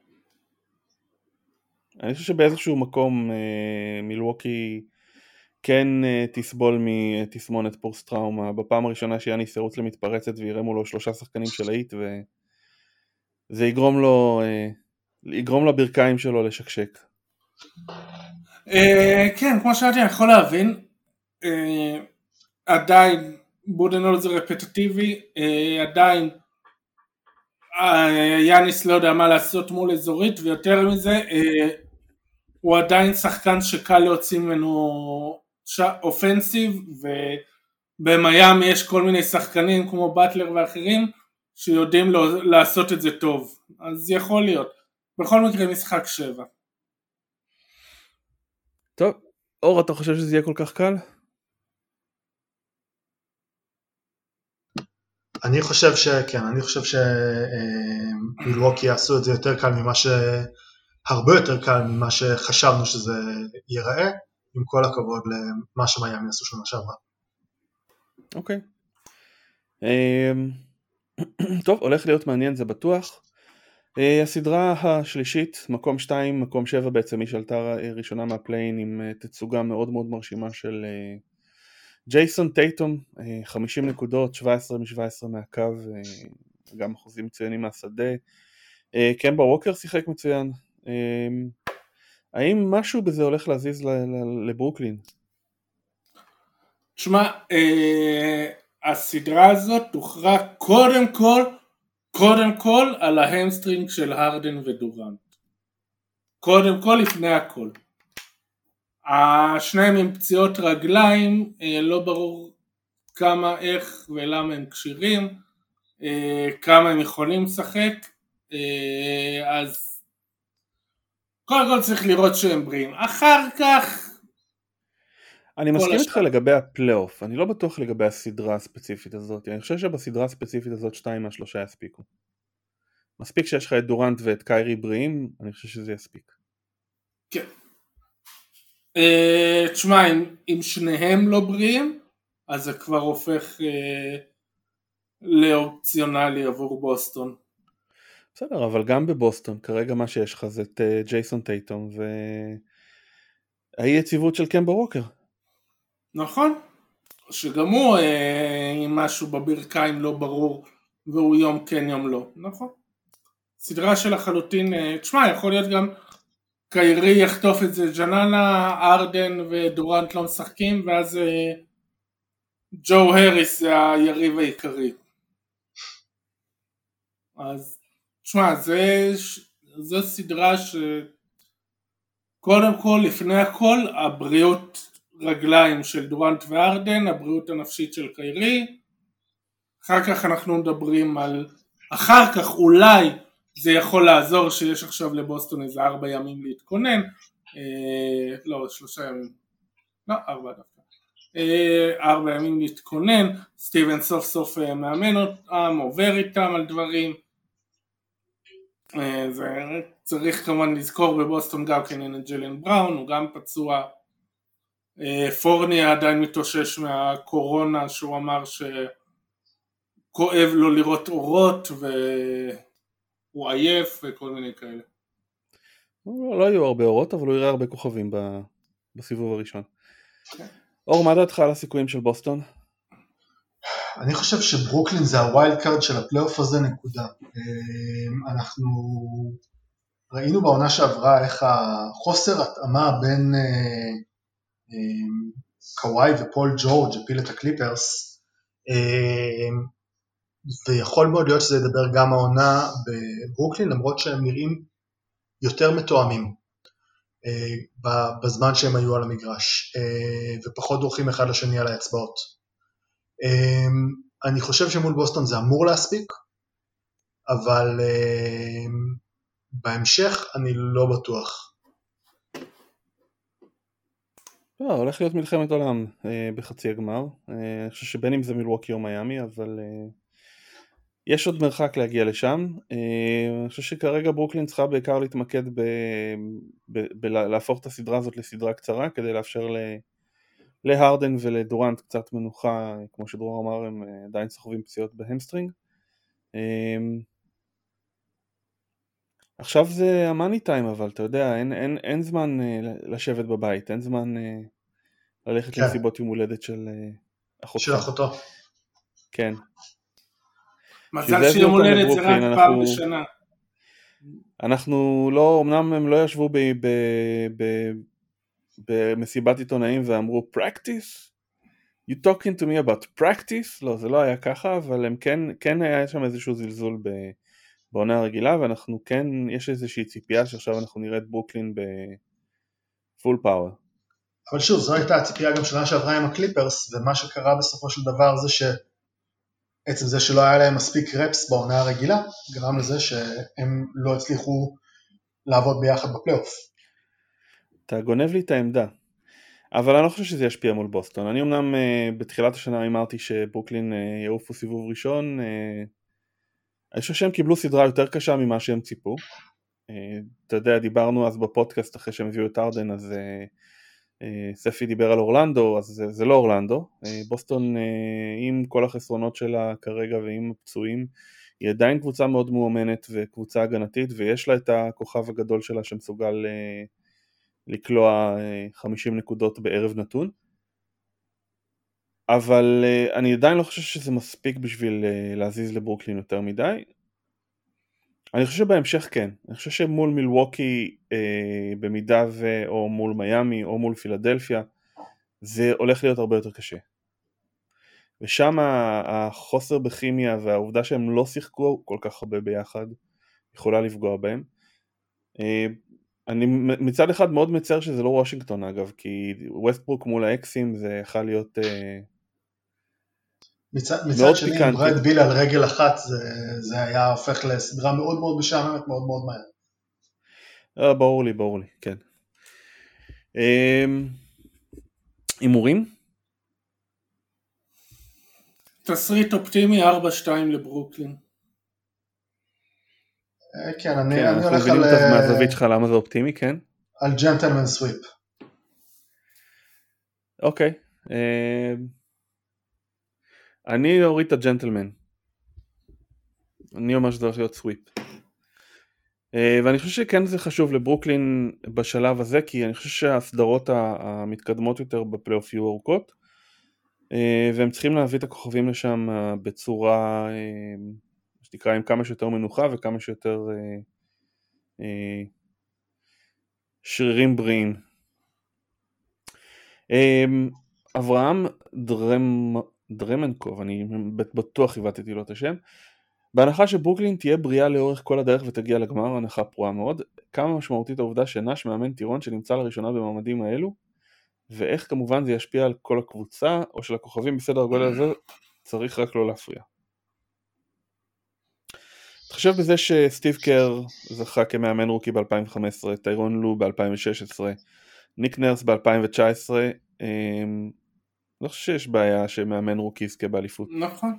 אני חושב שבאיזשהו מקום מילווקי כן תסבול מתסמונת פוסט טראומה. בפעם הראשונה שיאניס ירוץ למתפרצת וירמו לו 3 שחקנים של האיט, וזה יגרום לברכיים שלו לשקשק. כן, כמו שאמרתי, אני יכול להבין, עדיין בודנהולזר זה רפטטיבי, עדיין יאניס לא יודע מה לעשות מול אזורית, ויותר מזה, הוא עדיין שחקן שקל להוציא ממנו אופנסיב, ובמיאמי יש כל מיני שחקנים כמו באטלר ואחרים, שיודעים לעשות את זה טוב, אז יכול להיות, בכל מקרה משחק 7. טוב, אור, אתה חושב שזה יהיה כל כך קל? אני חושב שכן, אני חושב שמילווקי יעשו את זה יותר קל הרבה יותר קל ממה שחשבנו שזה ייראה, עם כל הכבוד למה שמיאמי עשו שנה שעברה. אוקיי. טוב, הולך להיות מעניין, זה בטוח. הסדרה השלישית, מקום 2, מקום 7 בעצם, היא שעלתה ראשונה מהפליין עם תצוגה מאוד מאוד מרשימה של ג'ייסון טייטום, 50 נקודות, 17 מ-17 מהקו, גם אחוזים מצוינים מהשדה. קמבה ווקר שיחק מצוין. האם משהו בזה הולך להזיז לברוקלין? תשמע, הסדרה הזאת תוכרע קודם כל על ההמסטרינג של הרדן ודורנט. קודם כל לפני הכל. השניים עם פציעות רגליים, לא ברור כמה, איך ולמה הם קשירים, כמה הם יכולים לשחק, אז קודם כל צריך לראות שהם בריאים. אחר כך אני מסכים איתך לגבי הפלייאוף, אני לא בטוח לגבי הסדרה הספציפית הזאת, אני חושב שבסדרה הספציפית הזאת 2 מה-3 יספיקו. מספיק שיש לך את דורנט ואת קיירי בריאים, אני חושב שזה יספיק. כן. תשמע, אם שניהם לא בריאים, אז זה כבר הופך לאופציונלי עבור בוסטון. בסדר, אבל גם בבוסטון, כרגע מה שיש לך זה את ג'ייסון טייטום והאי יציבות של קמבה ווקר. נכון, שגם הוא עם משהו בברכיים לא ברור, והוא יום כן יום לא, נכון. סדרה של לחלוטין, תשמע, יכול להיות גם קיירי יחטוף את זה, ג'ננה, ארדן ודורנט לא משחקים, ואז ג'ו הריס זה היריב העיקרי. אז תשמע, זו סדרה שקודם כל, לפני הכל, הבריאות רגליים של דורנט וארדן, הבריאות הנפשית של קיירי, אחר כך אנחנו מדברים על, אחר כך אולי זה יכול לעזור שיש עכשיו לבוסטון איזה 4 ימים להתכונן, לא 3 ימים, לא 4 דווקא, 4 ימים להתכונן, סטיבן סוף סוף מאמן אותם, עובר איתם על דברים, זה צריך כמובן לזכור בבוסטון גם כן את ג'יילן בראון, הוא גם פצוע, פורניה עדיין מתאושש מהקורונה שהוא אמר שכואב לו לראות אורות והוא עייף וכל מיני כאלה. לא היו הרבה אורות, אבל הוא יראה הרבה כוכבים בסיבוב הראשון. אור, מה דעתך על הסיכויים של בוסטון? אני חושב שברוקלין זה הווילד קארד של הפלייאוף הזה, נקודה. אנחנו ראינו בעונה שעברה איך החוסר התאמה בין קוואי ופול ג'ורג' הפיל את הקליפרס, ויכול מאוד להיות שזה ידבר גם העונה בברוקלין, למרות שהם נראים יותר מתואמים בזמן שהם היו על המגרש, ופחות דורכים אחד לשני על האצבעות. אני חושב שמול בוסטון זה אמור להספיק, אבל בהמשך אני לא בטוח. הולך להיות מלחמת עולם בחצי הגמר. אני חושב שבין אם זה מילווקי או מיאמי, אבל יש עוד מרחק להגיע לשם. אני חושב שכרגע ברוקלין צריכה בעיקר להתמקד להפוך את הסדרה הזאת לסדרה קצרה, כדי לאפשר להרדן ולדורנט קצת מנוחה, כמו שדרור אמר, הם עדיין סוחבים פציעות בהמסטרינג. עכשיו זה המאני טיים, אבל אתה יודע, אין זמן לשבת בבית, אין זמן ללכת למסיבות יום הולדת של אחותך. של אחותו. כן. מזל שיום הולדת זה רק פעם בשנה. אנחנו לא, אמנם הם לא ישבו במסיבת עיתונאים ואמרו practice? You talking to me about practice? לא, זה לא היה ככה, אבל הם כן היה שם איזשהו זלזול בעונה הרגילה, ואנחנו כן, יש איזושהי ציפייה שעכשיו אנחנו נראה את ברוקלין בפול פאוור. אבל שוב, זו הייתה הציפייה גם שנה שעברה עם הקליפרס, ומה שקרה בסופו של דבר זה שעצם זה שלא היה להם מספיק רפס בעונה הרגילה, גרם לזה שהם לא הצליחו לעבוד ביחד בפלייאוף. אתה גונב לי את העמדה, אבל אני לא חושב שזה ישפיע מול בוסטון. אני אמנם בתחילת השנה אמרתי שברוקלין יעופו סיבוב ראשון, אני חושב שהם קיבלו סדרה יותר קשה ממה שהם ציפו. אתה יודע, דיברנו אז בפודקאסט אחרי שהם הביאו את ארדן, אז ספי דיבר על אורלנדו, אז זה לא אורלנדו. בוסטון עם כל החסרונות שלה כרגע ועם הפצועים, היא עדיין קבוצה מאוד מאומנת וקבוצה הגנתית, ויש לה את הכוכב הגדול שלה שמסוגל לקלוע 50 נקודות בערב נתון. אבל אני עדיין לא חושב שזה מספיק בשביל להזיז לברוקלין יותר מדי. אני חושב שבהמשך כן. אני חושב שמול מילווקי במידה או מול מיאמי או מול פילדלפיה זה הולך להיות הרבה יותר קשה. ושם החוסר בכימיה והעובדה שהם לא שיחקו כל כך הרבה ביחד יכולה לפגוע בהם. אני מצד אחד מאוד מצר שזה לא וושינגטון אגב, כי ווסטברוק מול האקסים זה יכול להיות מצד שני, אם ברד ביל על רגל אחת, זה היה הופך לסדרה מאוד מאוד משעממת, מאוד מאוד מהר. ברור לי, כן. הימורים? תסריט אופטימי 4-2 לברוקלין. כן, אני הולך על... מהזווית שלך למה זה אופטימי, כן? על ג'נטלמן סוויפ. אוקיי. אני אוריד את הג'נטלמן. אני אומר שזה הולך להיות סוויפ. ואני חושב שכן זה חשוב לברוקלין בשלב הזה, כי אני חושב שהסדרות המתקדמות יותר בפלייאוף יהיו ארוכות, והם צריכים להביא את הכוכבים לשם בצורה, שתקרא עם כמה שיותר מנוחה וכמה שיותר שרירים בריאים. אברהם דרמנקוב, אני בטוח הבטתי לו את השם, בהנחה שברוקלין תהיה בריאה לאורך כל הדרך ותגיע לגמר, הנחה פרועה מאוד, כמה משמעותית העובדה שנש מאמן טירון שנמצא לראשונה במעמדים האלו, ואיך כמובן זה ישפיע על כל הקבוצה, או של הכוכבים בסדר הגודל הזה, צריך רק לא להפריע. תחשב בזה שסטיב קר זכה כמאמן רוקי ב-2015, טיירון לו ב-2016, ניק נרס ב-2019, לא חושב שיש בעיה שמאמן רוקי יזכה באליפות. נכון.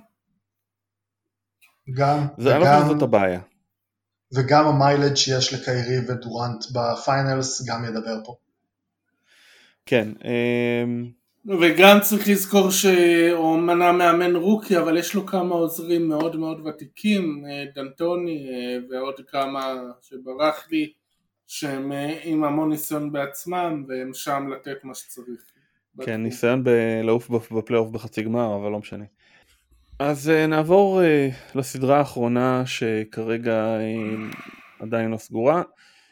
אני לא חושב שזאת הבעיה. וגם המיילד שיש לקיירי ודורנט בפיינלס גם ידבר פה. כן. וגם צריך לזכור שהוא מנה מאמן רוקי, אבל יש לו כמה עוזרים מאוד מאוד ותיקים, דנטוני ועוד כמה שברח לי, שהם עם המון ניסיון בעצמם, והם שם לתת מה שצריך. כן, ניסיון לעוף בפלייאוף בחצי גמר, אבל לא משנה. אז נעבור לסדרה האחרונה שכרגע עדיין לא סגורה.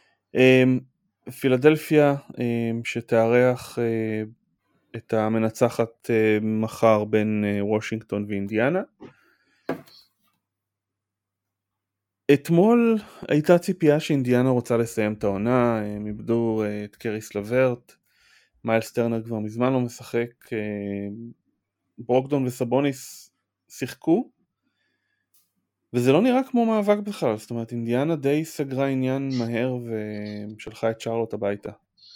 פילדלפיה שתארח את המנצחת מחר בין וושינגטון ואינדיאנה. אתמול הייתה ציפייה שאינדיאנה רוצה לסיים את העונה, הם איבדו את קריס לברט, מיילס טרנר כבר מזמן לא משחק, ברוקדון וסבוניס שיחקו, וזה לא נראה כמו מאבק בכלל, זאת אומרת אינדיאנה די סגרה עניין מהר ושלחה את שרלוט הביתה.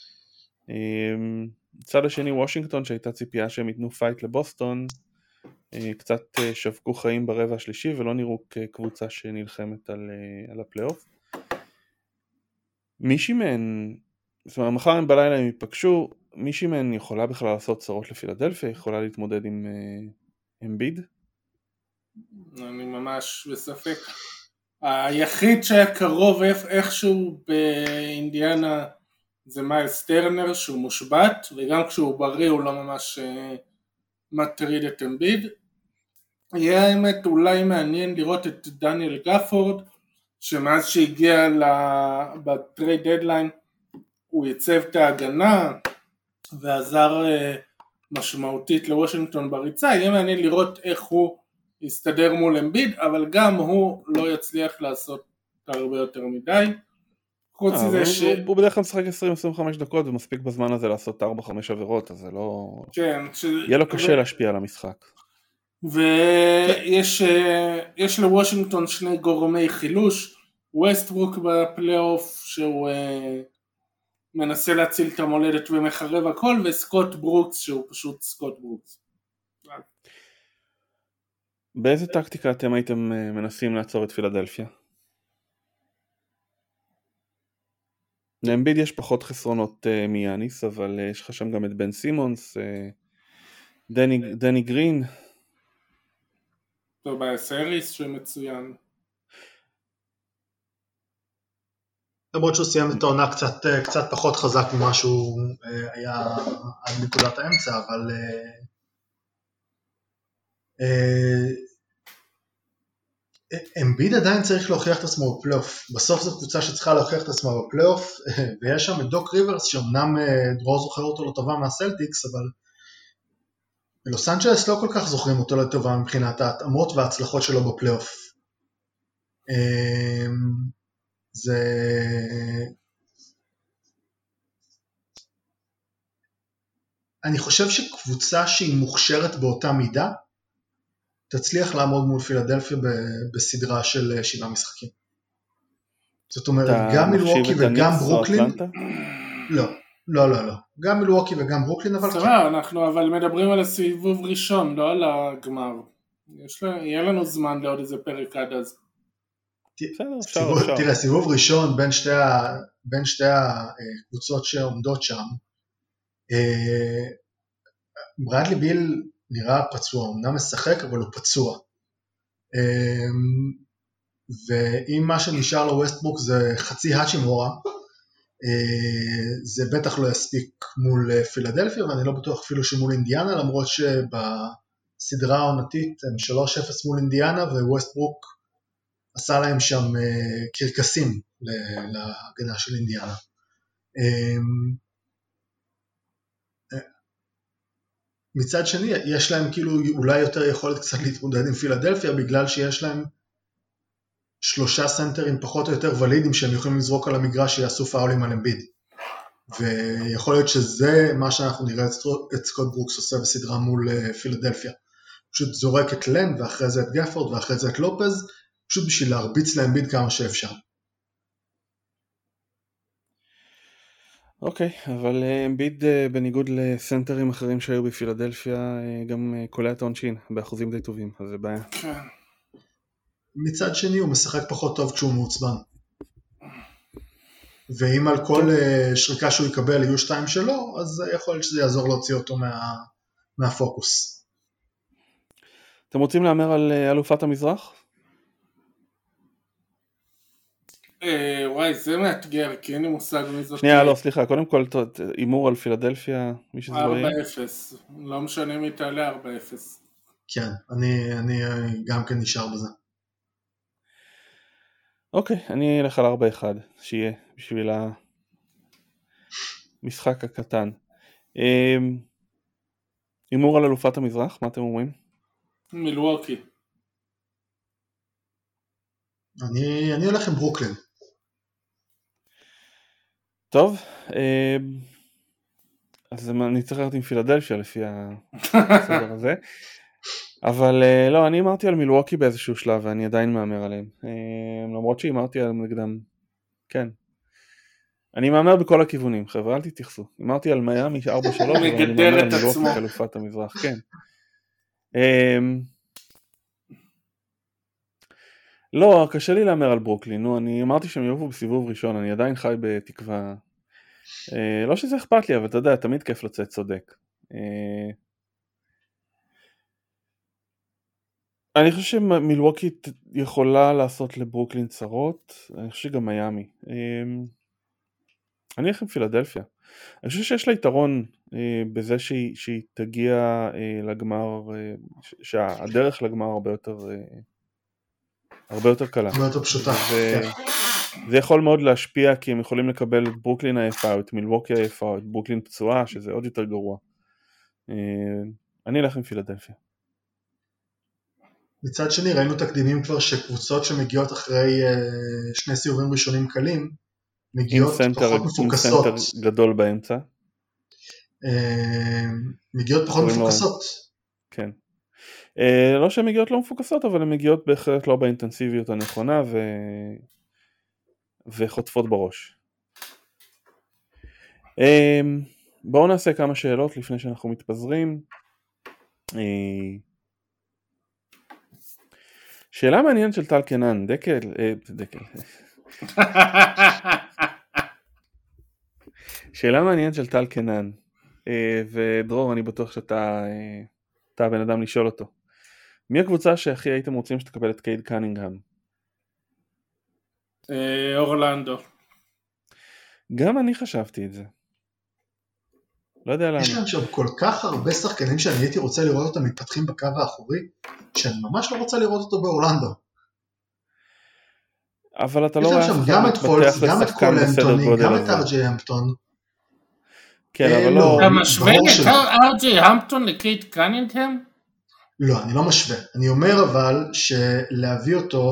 צד השני וושינגטון שהייתה ציפייה שהם ייתנו פייט לבוסטון, קצת שווקו חיים ברבע השלישי ולא נראו כקבוצה שנלחמת על הפלייאוף. מישהי מהן, זאת אומרת מחר הם בלילה הם ייפגשו, מישהי מהן יכולה בכלל לעשות צרות לפילדלפיה, יכולה להתמודד עם אמביד? אני ממש בספק. היחיד שהיה קרוב איכשהו באינדיאנה זה מיילס טרנר שהוא מושבת, וגם כשהוא בריא הוא לא ממש מטריד את אמביד. יהיה האמת אולי מעניין לראות את דניאל גפורד, שמאז שהגיע בטרייד דדליין הוא ייצב את ההגנה ועזר משמעותית לוושינגטון בריצה. יהיה מעניין לראות איך הוא יסתדר מול אמביד, אבל גם הוא לא יצליח לעשות הרבה יותר מדי. חוץ מזה הוא בדרך כלל משחק 20-25 דקות ומספיק בזמן הזה לעשות 4-5 עבירות, אז זה לא... כן. יהיה לו קשה להשפיע על המשחק. ויש לוושינגטון שני גורמי חילוש, ווסטברוק בפלייאוף שהוא מנסה להציל את המולדת ומחרב הכל, וסקוט ברוקס שהוא פשוט סקוט ברוקס. באיזה טקטיקה אתם הייתם מנסים לעצור את פילדלפיה? לאמביד יש פחות חסרונות מיאניס, אבל יש לך שם גם את בן סימונס, דני גרין. טוב, הסריס שמצוין. למרות שהוא סיים את העונה קצת פחות חזק ממה שהוא היה על נקודת האמצע, אבל אמביד עדיין צריך להוכיח את עצמו בפלייאוף. בסוף זו קבוצה שצריכה להוכיח את עצמה בפלייאוף, ויש שם את דוק ריברס, שאומנם דרור זוכר אותו לטובה מהסלטיקס, אבל לוס אנג'לס לא כל כך זוכרים אותו לטובה מבחינת ההתאמות וההצלחות שלו בפלייאוף. אני חושב שקבוצה שהיא מוכשרת באותה מידה, תצליח לעמוד מול פילדלפיה בסדרה של 7 משחקים. זאת אומרת, גם מילווקי וגם ברוקלין, לא, גם מילווקי וגם ברוקלין, אבל סבבה, אנחנו אבל מדברים על הסיבוב ראשון, לא על הגמר. יהיה לנו זמן לעוד איזה פרק עד אז. תראה, סיבוב ראשון בין שתי הקבוצות שעומדות שם, ברדלי ביל נראה פצוע, הוא אמנם משחק אבל הוא פצוע, ואם מה שנשאר לו ווסטברוק זה חצי האצ'ימורה, זה בטח לא יספיק מול פילדלפיה, ואני לא בטוח אפילו שמול אינדיאנה, למרות שבסדרה העונתית הם 3-0 מול אינדיאנה, וווסטברוק עשה להם שם קרקסים להגנה של אינדיאנה. מצד שני, יש להם כאילו אולי יותר יכולת קצת להתמודד עם פילדלפיה, בגלל שיש להם 3 סנטרים פחות או יותר ולידים שהם יכולים לזרוק על המגרש שיעשו פאולים על אמביד. ויכול להיות שזה מה שאנחנו נראה את סקוט ברוקס עושה בסדרה מול פילדלפיה. פשוט זורק את לן ואחרי זה את גפורד ואחרי זה את לופז, פשוט בשביל להרביץ לאמביד כמה שאפשר. אוקיי, אבל אמביד בניגוד לסנטרים אחרים שהיו בפילדלפיה, גם קולע את העונשין באחוזים די טובים, אז זה בעיה. מצד שני הוא משחק פחות טוב כשהוא מעוצבן. ואם על כל שריקה שהוא יקבל יהיו 2 שלו, אז יכול להיות שזה יעזור להוציא אותו מהפוקוס. אתם רוצים לאמר על אלופת המזרח? וואי, זה מאתגר, כי אין לי מושג מי זאת. שנייה, לא, סליחה, קודם כל אימור על פילדלפיה, מי שזה לא יהיה. 4-0, לא משנה מי תעלה 4-0. כן, אני גם כן נשאר בזה. אוקיי, אני אלך על 4-1, שיהיה בשביל המשחק הקטן. אימור על אלופת המזרח, מה אתם אומרים? מילווקי. אני הולך עם ברוקלין. טוב, אז אני צריך לראות עם פילדלפיה לפי הסדר הזה. אבל לא, אני אמרתי על מילווקי באיזשהו שלב ואני עדיין מאמר עליהם, למרות שאמרתי עליהם נגדם, כן, אני מאמר בכל הכיוונים, חבר'ה, אל תתייחסו, אמרתי על מיאמי 4-3, אבל אני מאמר על מילווקי אלופת המזרח, כן. לא, קשה לי לאמר על ברוקלין, נו, אני אמרתי שהם יובו בסיבוב ראשון, אני עדיין חי בתקווה, לא שזה אכפת לי, אבל אתה יודע, תמיד כיף לצאת צודק. אני חושב שמילווקי יכולה לעשות לברוקלין צרות, אני חושב שגם מיאמי. אני אלך עם פילדלפיה. אני חושב שיש לה יתרון בזה שהיא תגיע לגמר, שהדרך לגמר הרבה יותר קלה. הרבה יותר פשוטה. זה יכול מאוד להשפיע, כי הם יכולים לקבל את ברוקלין היפה, או את מילווקי היפה, או את ברוקלין פצועה, שזה עוד יותר גרוע. אני אלך עם פילדלפיה. מצד שני, ראינו תקדימים כבר שקבוצות שמגיעות אחרי 2 סיבובים ראשונים קלים, מגיעות פחות מפוקסות. עם סנטר גדול באמצע. מגיעות פחות מפוקסות. כן. לא שהן מגיעות לא מפוקסות, אבל הן מגיעות בהחלט לא באינטנסיביות הנכונה, וחוטפות בראש. בואו נעשה כמה שאלות לפני שאנחנו מתפזרים. שאלה מעניינת של טל קנן, דקל. שאלה מעניינת של טל קנן, ודרור, אני בטוח שאתה הבן אדם לשאול אותו. מי הקבוצה שהכי הייתם רוצים שתקבל את קייד קנינגהאם? אורלנדו. גם אני חשבתי את זה. לא יודע למה. יש להם שם כל כך הרבה שחקנים שאני הייתי רוצה לראות אותם מתפתחים בקו האחורי, שאני ממש לא רוצה לראות אותו באורלנדו. אבל אתה לא רואה שם גם את פולץ, גם את קול אנטוני, גם את ארג'י המפטון. כן, אבל לא... אתה משווה את ארג'י המפטון לקייד קנינגהאם? לא, אני לא משווה. אני אומר אבל שלהביא אותו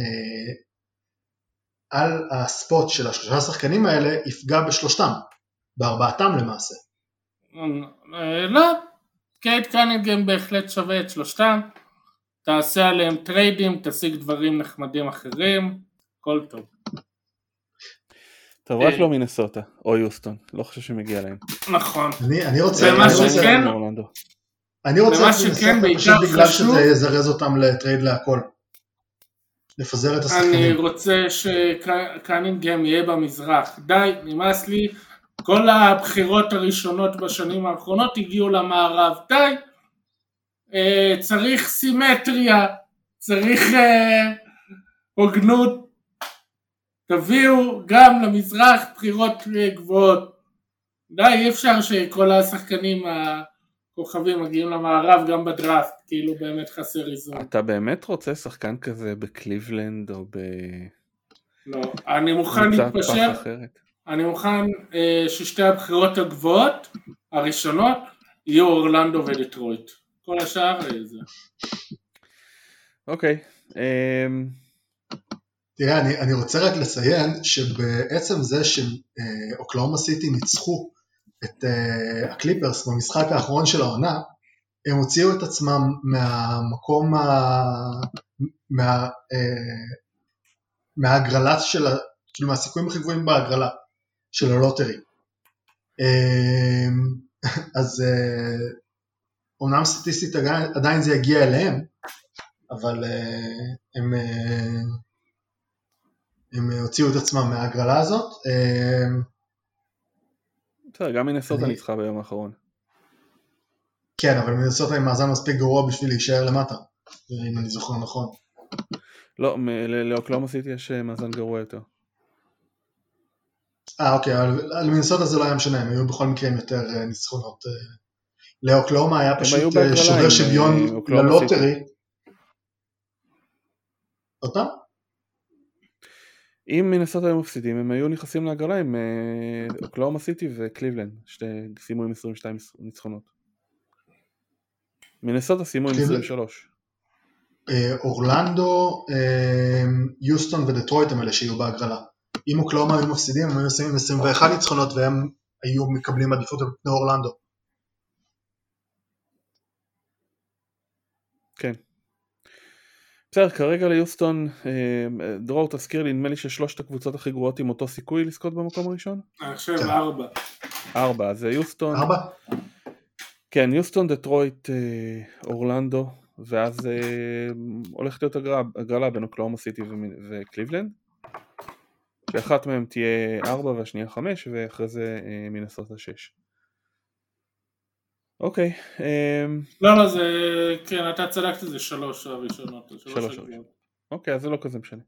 על הספוט של 3 השחקנים האלה יפגע ב3, ב4 למעשה. לא, קייט קנינגהם בהחלט שווה את שלושתם, תעשה עליהם טריידים, תשיג דברים נחמדים אחרים, הכל טוב. טוב, רק לא מינסוטה, או יוסטון, לא חושב שמגיע להם. נכון. אני רוצה מינסוטה פשוט בגלל שזה יזרז אותם לטרייד להכל. לפזר את השחקנים. אני רוצה שקנינגהם יהיה במזרח. די, נמאס לי. כל הבחירות הראשונות בשנים האחרונות הגיעו למערב. די. צריך סימטריה. צריך הוגנות. תביאו גם למזרח בחירות גבוהות. די, אי אפשר שכל השחקנים הכוכבים מגיעים למערב גם בדראפט, כאילו באמת חסר איזון. אתה באמת רוצה שחקן כזה בקליבלנד או ב... לא, אני מוכן להתפשר, אני מוכן ששתי הבחירות הגבוהות, הראשונות, יהיו אורלנדו ודטרויט. כל השאר זה. אוקיי. תראה, אני רוצה רק לציין שבעצם זה שאוקלהומה סיטי ניצחו את הקליפרס במשחק האחרון של העונה, הם הוציאו את עצמם מהמקום, מההגרלה של, כאילו מהסיכויים הכי גבוהים בהגרלה של הלוטרי. אז אומנם סטטיסטית עדיין זה יגיע אליהם, אבל הם הוציאו את עצמם מההגרלה הזאת. גם מינסוטה ניצחה ביום האחרון. כן, אבל מינסוטה עם מאזן מספיק גרוע בשביל להישאר למטה, אם אני זוכר נכון. לא, לאוקלהומה סיטי יש מאזן גרוע יותר. אוקיי, אבל על מינסוטה זה לא היה משנה, הם היו בכל מקרה עם יותר ניצחונות. לאוקלהומה היה פשוט שובר שוויון ללוטרי. אותם? אם מינסוטה היו מפסידים, הם היו נכנסים להגרלה עם אוקלהומה סיטי וקליבלנד, סיימו עם 22 ניצחונות. מינסוטה סיימו עם 23. אורלנדו, יוסטון ודטרויט הם אלה שיהיו בהגרלה. אם אוקלהומה היו מפסידים, הם היו עושים עם 21 ניצחונות, והם היו מקבלים עדיפות בפני אורלנדו. כן. בסדר, כרגע ליוסטון, דרור תזכיר לי, נדמה לי ששלושת הקבוצות הכי גרועות עם אותו סיכוי לזכות במקום הראשון? אני חושב 4. 4, אז זה יוסטון. 4? כן, יוסטון, דטרויט, אורלנדו, ואז הולכת להיות הגרלה בין אוקלהומה סיטי וקליבלנד, שאחת מהם תהיה 4 והשנייה 5, ואחרי זה מינסוטה 6. אוקיי. לא, זה, כן, אתה צדקת, זה 3 הראשונות. 3. אוקיי, אז זה לא כזה משנה.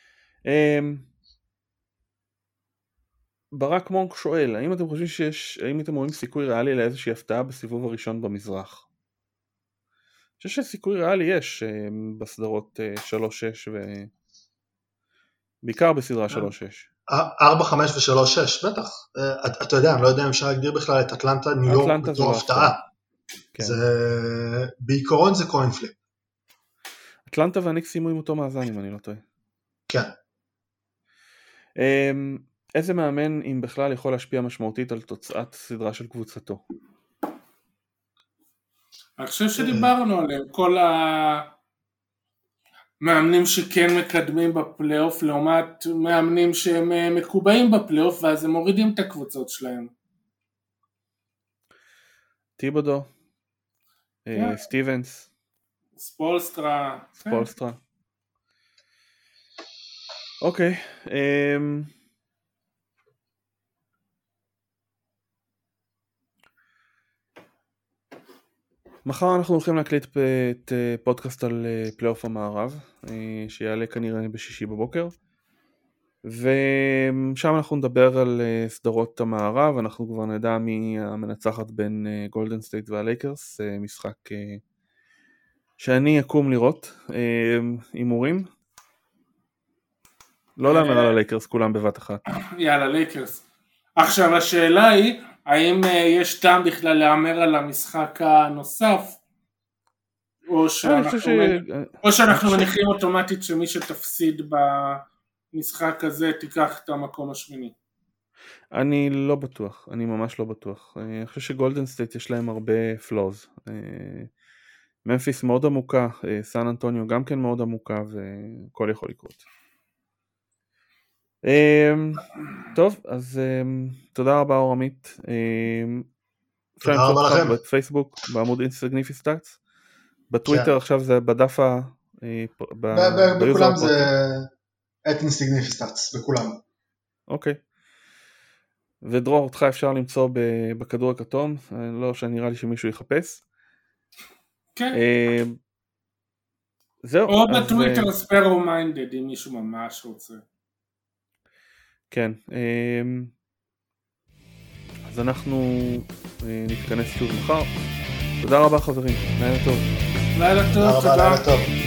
ברק מונק שואל, האם אתם חושבים האם אתם רואים סיכוי ריאלי לאיזושהי הפתעה בסיבוב הראשון במזרח? אני חושב שסיכוי ריאלי יש בסדרות 3-6 בעיקר בסדרה 3-6. 4, 5 ו-3-6, בטח. אתה יודע, אני לא יודע אם אפשר להגדיר בכלל את אטלנטה, ניו יורק בתור הפתעה. בעיקרון זה קוינפליפ. אטלנטה והניקס סיימו עם אותו מאזן, אם אני לא טועה. כן. איזה מאמן, אם בכלל, יכול להשפיע משמעותית על תוצאת סדרה של קבוצתו? אני חושב שדיברנו עליהם, כל מאמנים שכן מקדמים בפלייאוף לעומת מאמנים שהם מקובעים בפלייאוף ואז הם מורידים את הקבוצות שלהם. טיבודו, סטיבנס, ספולסטרה. אוקיי. מחר אנחנו הולכים להקליט את פודקאסט על פלייאוף המערב, שיעלה כנראה בשישי בבוקר, ושם אנחנו נדבר על סדרות המערב. אנחנו כבר נדע מי המנצחת בין גולדן סטייט והלייקרס, משחק שאני אקום לראות. הימורים? לא להמר על הלייקרס כולם בבת אחת. יאללה, לייקרס. עכשיו השאלה היא, האם יש טעם בכלל להמר על המשחק הנוסף, או שאנחנו מניחים אוטומטית שמי שתפסיד במשחק הזה תיקח את המקום השמיני? אני לא בטוח, אני ממש לא בטוח. אני חושב שגולדן סטייט יש להם הרבה פלוז. ממפיס מאוד עמוקה, סן אנטוניו גם כן מאוד עמוקה, וכל יכול לקרות. טוב, אז תודה רבה אור עמית. אפשר למצוא אותך בפייסבוק, בעמוד אינסטגניפיסטאצ. בטוויטר עכשיו זה בדף בכולם זה את אינסטגניפיסטאץ, בכולם. אוקיי. ודרור, אותך אפשר למצוא בכדור הכתום, לא שנראה לי שמישהו יחפש. כן. זהו. או בטוויטר ספרו מיינדד, אם מישהו ממש רוצה. כן. אז אנחנו נתכנס שוב מחר. תודה רבה חברים, לילה טוב. לילה טוב, תודה.